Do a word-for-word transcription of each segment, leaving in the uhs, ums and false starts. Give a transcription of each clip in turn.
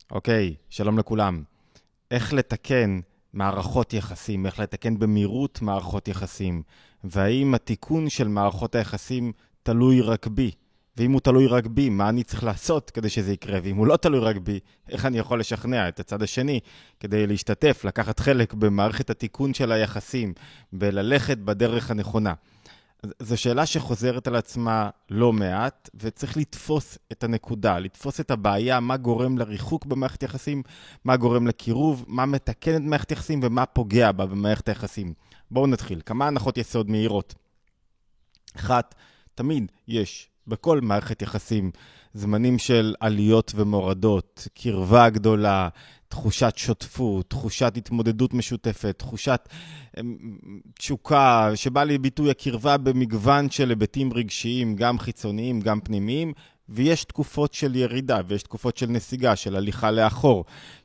אוקיי, שלום לכולם. איך לתקן מערכות יחסים, איך לתקן במהירות מערכות יחסים, והאם התיקון של מערכות היחסים תלוי רק בי? ואם הוא תלוי רק בי, מה אני צריך לעשות כדי שזה יקרה? ואם הוא לא תלוי רק בי, איך אני יכול לשכנע את הצד השני כדי להשתתף, לקחת חלק במערכת התיקון של היחסים, וללכת בדרך הנכונה? זו שאלה שחוזרת על עצמה לא מעט, וצריך לתפוס את הנקודה, לתפוס את הבעיה, מה גורם לריחוק במערכת יחסים, מה גורם לקירוב, מה מתקן את מערכת יחסים ומה פוגע בה במערכת היחסים. בואו נתחיל. כמה הנחות יסוד מהירות. אחת, תמיד יש בכל מערכת יחסים זמנים של עליות ומורדות, קרבה גדולה, תחושת שותפות, תחושת התמודדות משותפת, תחושת תשוקה, שבא לי ביטוי הקרבה במגוון של היבטים רגשיים, גם חיצוניים, גם פנימיים, ויש תקופות של ירידה, ויש תקופות של נסיגה, של הליכה לאחור,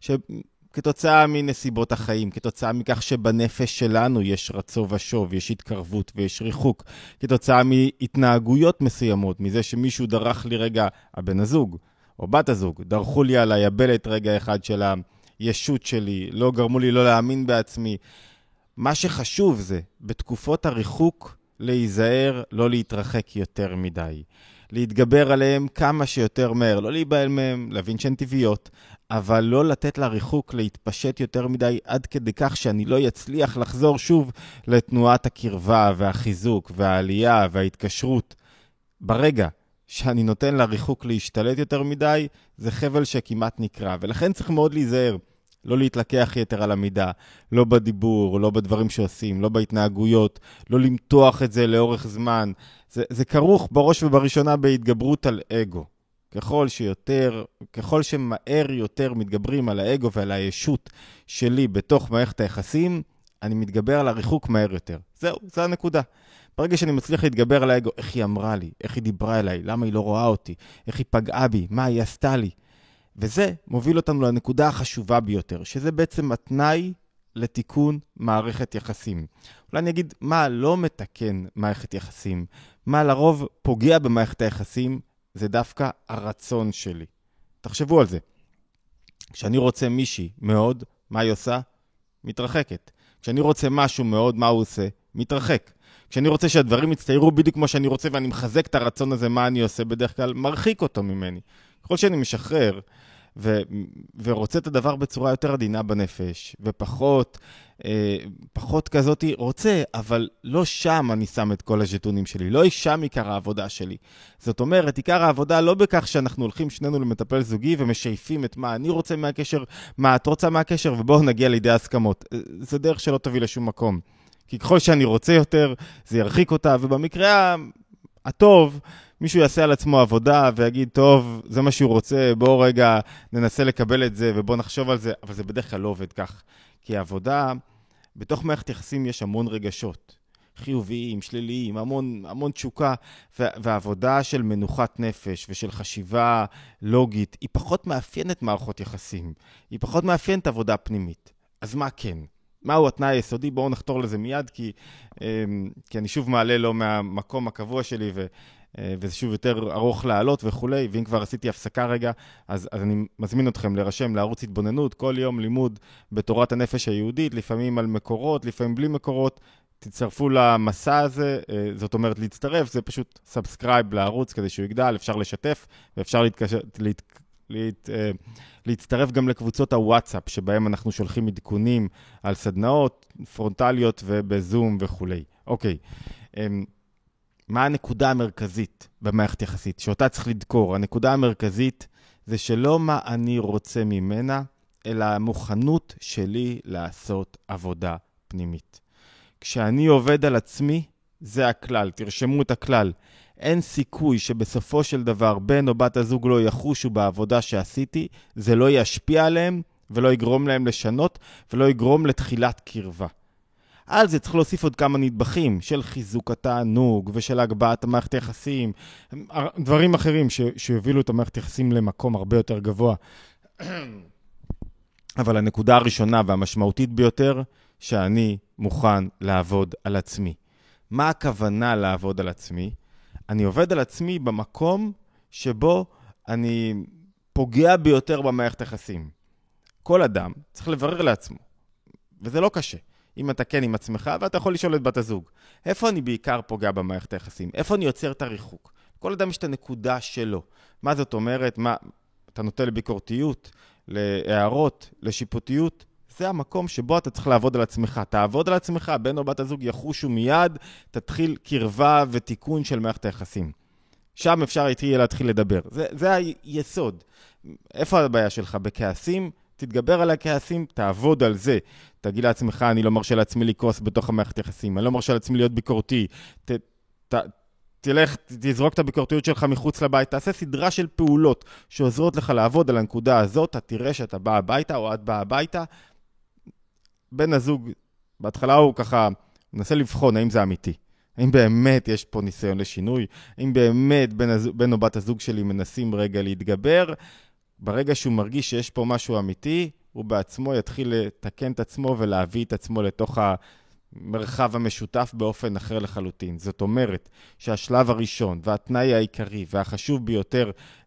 שכתוצאה מנסיבות החיים, כתוצאה מכך שבנפש שלנו יש רצו ושוב, יש התקרבות ויש ריחוק, כתוצאה מהתנהגויות מסוימות, מזה שמישהו דרך לי רגע, הבן הזוג, או בת הזוג, דרכו לי על היבלת רגע אחד של הישות שלי, לא גרמו לי לא להאמין בעצמי. מה שחשוב זה, בתקופות הריחוק, להיזהר, לא להתרחק יותר מדי. להתגבר עליהם כמה שיותר מהר, לא להיבהל מהם, להבין שהן טבעיות, אבל לא לתת לריחוק להתפשט יותר מדי עד כדי כך שאני לא יצליח לחזור שוב לתנועת הקרבה והחיזוק והעלייה וההתקשרות. ברגע שאני נותן לריחוק להשתלט יותר מדי, זה חבל שכמעט נקרא, ולכן צריך מאוד להיזהר. לא להתלקח יתר על המידה, לא בדיבור, לא בדברים שעושים, לא בהתנהגויות, לא למתוח את זה לאורך זמן. זה, זה כרוך בראש ובראשונה בהתגברות על אגו. ככל שיותר, ככל שמהר יותר מתגברים על האגו ועל הישות שלי בתוך מערכת היחסים, אני מתגבר על הריחוק מהר יותר. זהו, זו הנקודה. ברגע שאני מצליח להתגבר על האגו, איך היא אמרה לי, איך היא דיברה אליי, למה היא לא רואה אותי, איך היא פגעה בי, מה היא עשתה לי. וזה מוביל אותנו לנקודה החשובה ביותר, שזה בעצם התנאי לתיקון מערכת יחסים. אולי אני אגיד מה לא מתקן מערכת יחסים, מה לרוב פוגע במערכת היחסים, זה דווקא הרצון שלי. תחשבו על זה. כשאני רוצה מישהי מאוד, מה היא עושה? מתרחקת. כשאני רוצה משהו מאוד, מה הוא עושה? מתרחק. כשאני רוצה שהדברים יצטיירו בדיוק כמו שאני רוצה ואני מחזק את הרצון הזה, מה אני עושה? בדרך כלל מרחיק אותו ממני. ככל שאני משחרר ו- ורוצה את הדבר בצורה יותר עדינה בנפש, ופחות אה, פחות כזאת רוצה, אבל לא שם אני שם את כל הז'טונים שלי, לא שם עיקר העבודה שלי. זאת אומרת, עיקר העבודה לא בכך שאנחנו הולכים שנינו למטפל זוגי ומשייפים את מה אני רוצה מהקשר, מה את רוצה מהקשר, ובואו נגיע לידי הסכמות. זה דרך שלא תביא לשום מקום. כי ככל שאני רוצה יותר, זה ירחיק אותה, ובמקרה הטוב, מישהו יעשה על עצמו עבודה ויגיד, טוב, זה מה שהוא רוצה, בואו רגע ננסה לקבל את זה ובואו נחשוב על זה, אבל זה בדרך כלל לא עובד כך. כי העבודה, בתוך מערכת יחסים יש המון רגשות, חיוביים, שליליים, המון, המון תשוקה, והעבודה של מנוחת נפש ושל חשיבה לוגית, היא פחות מאפיינת מערכות יחסים, היא פחות מאפיינת עבודה פנימית. אז מה כן? מהו התנאי היסודי? בואו נחתור לזה מיד, כי, כי אני שוב מעלה לו מהמקום הקבוע שלי, ו, וזה שוב יותר ארוך לעלות וכולי, ואם כבר עשיתי הפסקה רגע, אז, אז אני מזמין אתכם לרשם לערוץ התבוננות, כל יום לימוד בתורת הנפש היהודית, לפעמים על מקורות, לפעמים בלי מקורות, תצטרפו למסע הזה, זאת אומרת להצטרף, זה פשוט סאבסקרייב לערוץ כדי שהוא יגדל, אפשר לשתף, ואפשר להתקשר, להת, להת, להצטרף גם לקבוצות הוואטסאפ, שבהם אנחנו שולחים עדכונים על סדנאות פרונטליות ובזום וכולי. אוקיי, מה הנקודה המרכזית במערכת יחסית, שאותה צריך לדקור? הנקודה המרכזית זה שלא מה אני רוצה ממנה, אלא המוכנות שלי לעשות עבודה פנימית. כשאני עובד על עצמי, זה הכלל, תרשמו את הכלל. אין סיכוי שבסופו של דבר בן או בת הזוג לא יחושו בעבודה שעשיתי, זה לא ישפיע עליהם ולא יגרום להם לשנות ולא יגרום לתחילת קרבה. על זה צריך להוסיף עוד כמה נדבכים של חיזוק התענוג ושל הגבהת המערכת היחסים, דברים אחרים ש- שיובילו את המערכת היחסים למקום הרבה יותר גבוה. אבל הנקודה הראשונה והמשמעותית ביותר, שאני מוכן לעבוד על עצמי. מה הכוונה לעבוד על עצמי? אני עובד על עצמי במקום שבו אני פוגע ביותר במערכת היחסים. כל אדם צריך לברר לעצמו, וזה לא קשה. אם אתה כן עם עצמך, ואתה יכול לשאול את בת הזוג, איפה אני בעיקר פוגע במערכת היחסים? איפה אני יוצר את הריחוק? כל אדם יש את הנקודה שלו. מה זאת אומרת? מה, אתה נוטה לביקורתיות, להערות, לשיפוטיות? זה המקום שבו אתה צריך לעבוד על עצמך. תעבוד על עצמך, בן או בת הזוג יחושו מיד, תתחיל קרבה ותיקון של מערכת היחסים. שם אפשר יהיה להתחיל לדבר. זה, זה היסוד. איפה הבעיה שלך? בכעסים? תתגבר על הכעסים, תעבוד על זה. תגיד לעצמך, אני לא מרשה לעצמי לקרוס בתוך המערכת יחסים, אני לא מרשה לעצמי להיות ביקורתי. ת, ת, תלך, תזרוק את הביקורתיות שלך מחוץ לבית, תעשה סדרה של פעולות שעוזרות לך לעבוד על הנקודה הזאת, אתה תראה שאתה בא הביתה או את בא הביתה. בן הזוג, בהתחלה הוא ככה, מנסה לבחון האם זה אמיתי. האם באמת יש פה ניסיון לשינוי? האם באמת בן, הזוג, בן או בת הזוג שלי מנסים רגע להתגבר? ברגע שהוא מרגיש שיש פה משהו אמיתי, הוא בעצמו יתחיל לתקן את עצמו ולהביא את עצמו לתוך המרחב המשותף באופן אחר לחלוטין. זאת אומרת שהשלב הראשון והתנאי העיקרי והחשוב ביותר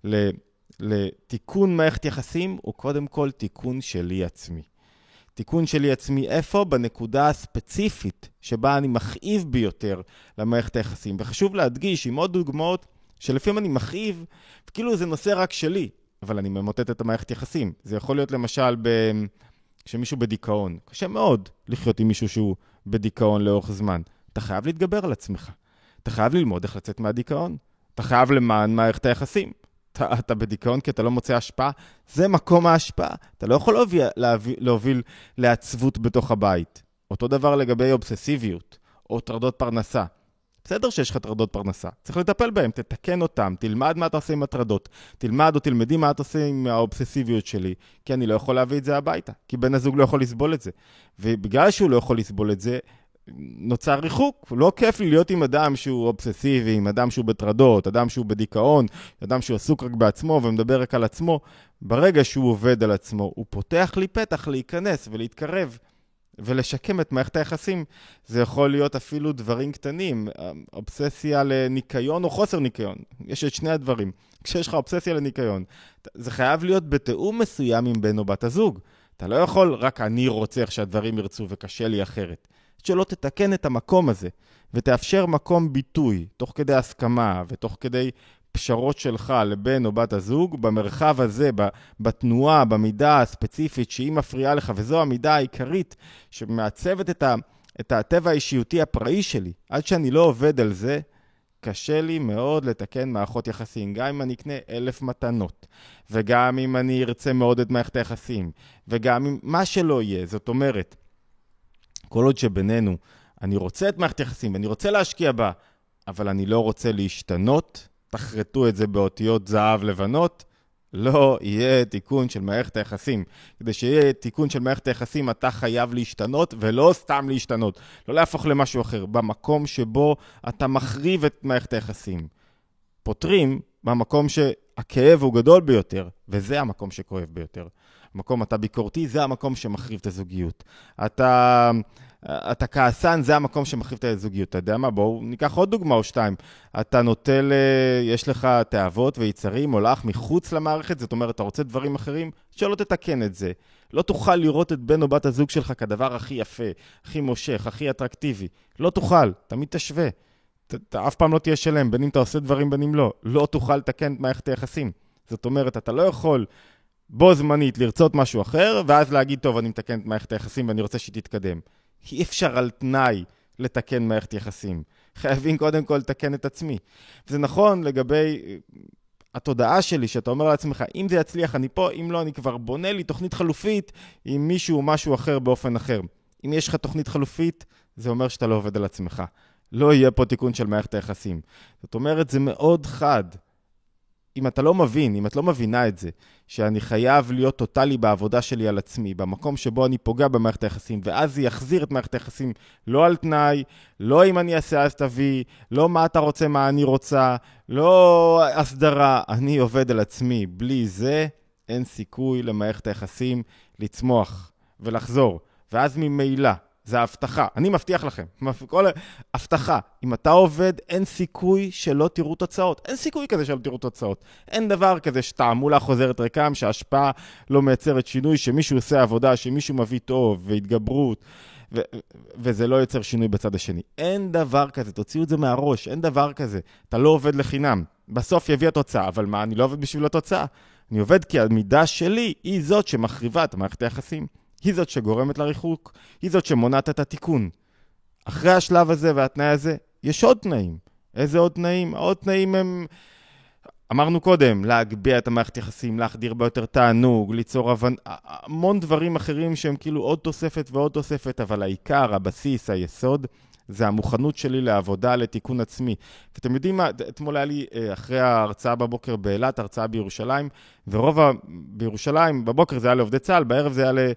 לתיקון מערכת יחסים הוא קודם כל תיקון שלי עצמי. תיקון שלי עצמי איפה? בנקודה הספציפית שבה אני מכאיב ביותר למערכת היחסים. וחשוב להדגיש עם עוד דוגמאות שלפעמים אני מכאיב, וכאילו זה נושא רק שלי. אבל אני ממוטט את המערכת יחסים. זה יכול להיות למשל ב... כשמישהו בדיכאון. קשה מאוד לחיות עם מישהו שהוא בדיכאון לאורך זמן. אתה חייב להתגבר על עצמך. אתה חייב ללמוד איך לצאת מהדיכאון. אתה חייב למען מערכת היחסים. אתה, אתה בדיכאון כי אתה לא מוצא השפעה. זה מקום ההשפעה. אתה לא יכול להוביל, להוביל, להוביל לעצבות בתוך הבית. אותו דבר לגבי אובססיביות או טרדות פרנסה. בסדר שיש לך טרדות פרנסה, צריך לטפל בהם, תתקן אותם, תלמד מה אתה עושה עם הטרדות, תלמד או תלמדי מה אתה עושה עם האובססיביות שלי, כי אני לא יכול להביא את זה הביתה, כי בן הזוג לא יכול לסבול את זה. ובגלל שהוא לא יכול לסבול את זה, נוצר ריחוק. לא כיף לי להיות עם אדם שהוא אובססיבי, עם אדם שהוא בטרדות, אדם שהוא בדיכאון, אדם שהוא עסוק רק בעצמו ומדבר רק על עצמו. ברגע שהוא עובד על עצמו, הוא פותח לי פתח להיכנס ולהתקרב. ולשקם את מערכת היחסים. זה יכול להיות אפילו דברים קטנים, אובססיה לניקיון או חוסר ניקיון. יש את שני הדברים. כשיש לך אובססיה לניקיון, זה חייב להיות בתאום מסוים עם בן או בת הזוג. אתה לא יכול, רק אני רוצה איך שהדברים ירצו וקשה לי אחרת. שלא תתקן את המקום הזה, ותאפשר מקום ביטוי, תוך כדי הסכמה ותוך כדי פשרות שלך לבן או בת הזוג, במרחב הזה, בתנועה, במידה הספציפית שהיא מפריעה לך, וזו המידה העיקרית שמעצבת את, ה, את הטבע האישיותי הפראי שלי. עד שאני לא עובד על זה, קשה לי מאוד לתקן מערכות יחסים, גם אם אני אקנה אלף מתנות, וגם אם אני ארצה מאוד את מערכת היחסים, וגם אם מה שלא יהיה. זאת אומרת, כל עוד שבינינו, אני רוצה את מערכת יחסים, אני רוצה להשקיע בה, אבל אני לא רוצה להשתנות, תחרטו את זה באותיות זהב לבנות, לא יהיה תיקון של מערכת היחסים. כדי שיהיה תיקון של מערכת היחסים, אתה חייב להשתנות, ולא סתם להשתנות. לא להפוך למשהו אחר, במקום שבו אתה מחריב את מערכת היחסים. פותרים במקום שהכאב הוא גדול ביותר, וזה המקום שכואב ביותר. המקום אתה ביקורתי, זה המקום שמחריב את הזוגיות. אתה... אתה כעסן, זה המקום שמחריב את הזוגיות. אתה יודע מה? בואו ניקח עוד דוגמה או שתיים. אתה נוטל, יש לך תאוות ויצרים, הולך מחוץ למערכת, זאת אומרת, אתה רוצה דברים אחרים, שלא תתקן את זה. לא תוכל לראות את בן או בת הזוג שלך כדבר הכי יפה, הכי מושך, הכי אטרקטיבי. לא תוכל, תמיד תשווה. אתה אף פעם לא תהיה שלם, בין אם אתה עושה דברים, בין אם לא. לא תוכל לתקן את מערכת היחסים. זאת אומרת, אתה לא יכול בו זמנית לרצות משהו אחר, ואז להגיד, טוב, אני מתקן את מערכת היחסים ואני רוצה שתתקדם. אי אפשר על תנאי לתקן מערכת יחסים. חייבים קודם כל לתקן את עצמי. וזה נכון לגבי התודעה שלי, שאתה אומר לעצמך, אם זה יצליח אני פה, אם לא אני כבר בונה לי תוכנית חלופית עם מישהו או משהו אחר באופן אחר. אם יש לך תוכנית חלופית, זה אומר שאתה לא עובד על עצמך. לא יהיה פה תיקון של מערכת היחסים. זאת אומרת, זה מאוד חד. אם אתה לא מבין, אם את לא מבינה את זה, שאני חייב להיות טוטלי בעבודה שלי על עצמי, במקום שבו אני פוגע במערכת היחסים, ואז זה יחזיר את מערכת היחסים לא על תנאי, לא אם אני אעשה אז תביא, לא מה אתה רוצה, מה אני רוצה, לא הסדרה, אני עובד על עצמי. בלי זה אין סיכוי למערכת היחסים לצמוח ולחזור. ואז ממילא, זה ההבטחה. אני מבטיח לכם. כל הבטחה. אם אתה עובד, אין סיכוי שלא תראו תוצאות. אין סיכוי כזה שלא תראו תוצאות. אין דבר כזה שתעמולה חוזרת ריקם, שההשפעה לא מייצרת שינוי, שמישהו עושה עבודה, שמישהו מביא טוב והתגברות, ו- וזה לא יוצר שינוי בצד השני. אין דבר כזה. תוציאו את זה מהראש. אין דבר כזה. אתה לא עובד לחינם. בסוף יביא התוצאה. אבל מה? אני לא עובד בשביל התוצאה. אני עובד כי המידה שלי היא זאת שמחריבה את מערכת היחסים. היא זאת שגורמת לריחוק, היא זאת שמונעת את התיקון. אחרי השלב הזה והתנאי הזה, יש עוד תנאים. איזה עוד תנאים? עוד תנאים הם, אמרנו קודם, להגביה את המערכת יחסים, להחדיר ביותר תענוג, ליצור הבנ... המון דברים אחרים שהם כאילו עוד תוספת ועוד תוספת, אבל העיקר, הבסיס, היסוד, זה המוכנות שלי לעבודה, לתיקון עצמי. ואתם יודעים מה, אתמול היה לי אחרי ההרצאה בבוקר באילת, הרצאה בירושלים, ורוב ה... בירושלים, בבוקר זה היה לעובדי צה"ל, בערב זה היה ל...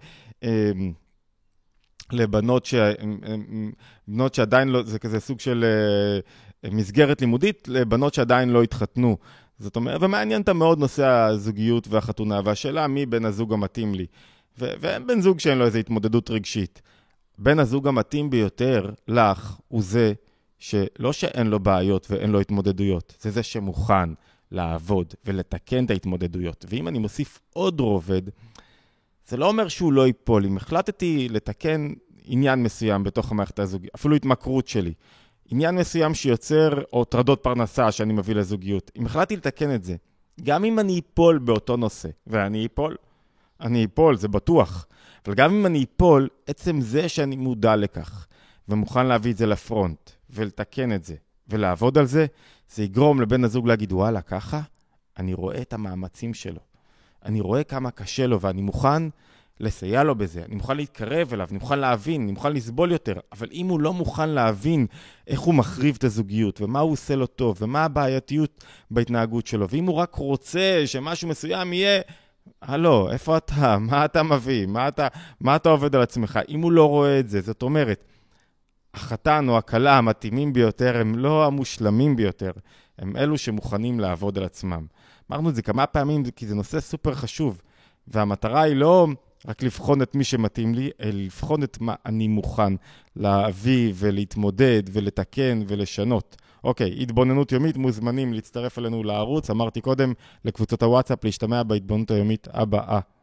לבנות ש... בנות שעדיין לא, זה כזה סוג של מסגרת לימודית, לבנות שעדיין לא התחתנו. זאת אומרת, ומעניין אותה מאוד נושא הזוגיות והחתונה, והשאלה מי בן הזוג המתאים לי. ו... ואין בן זוג שאין לו איזו התמודדות רגשית. בן הזוג המתאים ביותר לך הוא זה שלא שאין לו בעיות ואין לו התמודדויות, זה זה שמוכן לעבוד ולתקן את ההתמודדויות. ואם אני מוסיף עוד רובד, זה לא אומר שהוא לא ייפול. אם החלטתי לתקן עניין מסוים בתוך המערכת הזוגית, אפילו התמכרות שלי, עניין מסוים שיוצר או טרדות פרנסה שאני מביא לזוגיות, אם החלטתי לתקן את זה, גם אם אני ייפול באותו נושא, ואני ייפול, אני ייפול, זה בטוח. אבל גם אם אני ייפול, עצם זה שאני מודע לכך, ומוכן להביא את זה לפרונט, ולתקן את זה, ולעבוד על זה, זה יגרום לבן הזוג להגיד, וואלה, ככה, אני רואה את המאמצים שלו. אני רואה כמה קשה לו, ואני מוכן לסייע לו בזה. אני מוכן להתקרב אליו, אני מוכן להבין, אני מוכן לסבול יותר. אבל אם הוא לא מוכן להבין איך הוא מחריב את הזוגיות, ומה הוא עושה לו טוב, ומה הבעייתיות בהתנהגות שלו, ואם הוא רק רוצה שמשהו מסוים יהיה, הלו, איפה אתה? מה אתה מביא? מה אתה, מה אתה עובד על עצמך? אם הוא לא רואה את זה, זאת אומרת, החתן או הכלה המתאימים ביותר הם לא המושלמים ביותר, הם אלו שמוכנים לעבוד על עצמם. אמרנו את זה כמה פעמים, כי זה נושא סופר חשוב, והמטרה היא לא רק לבחון את מי שמתאים לי, אלא לבחון את מה אני מוכן להביא ולהתמודד ולתקן ולשנות. אוקיי, התבוננות יומית, מוזמנים להצטרף אלינו לערוץ, אמרתי קודם, לקבוצות הוואטסאפ, להשתמע בהתבוננות היומית הבאה.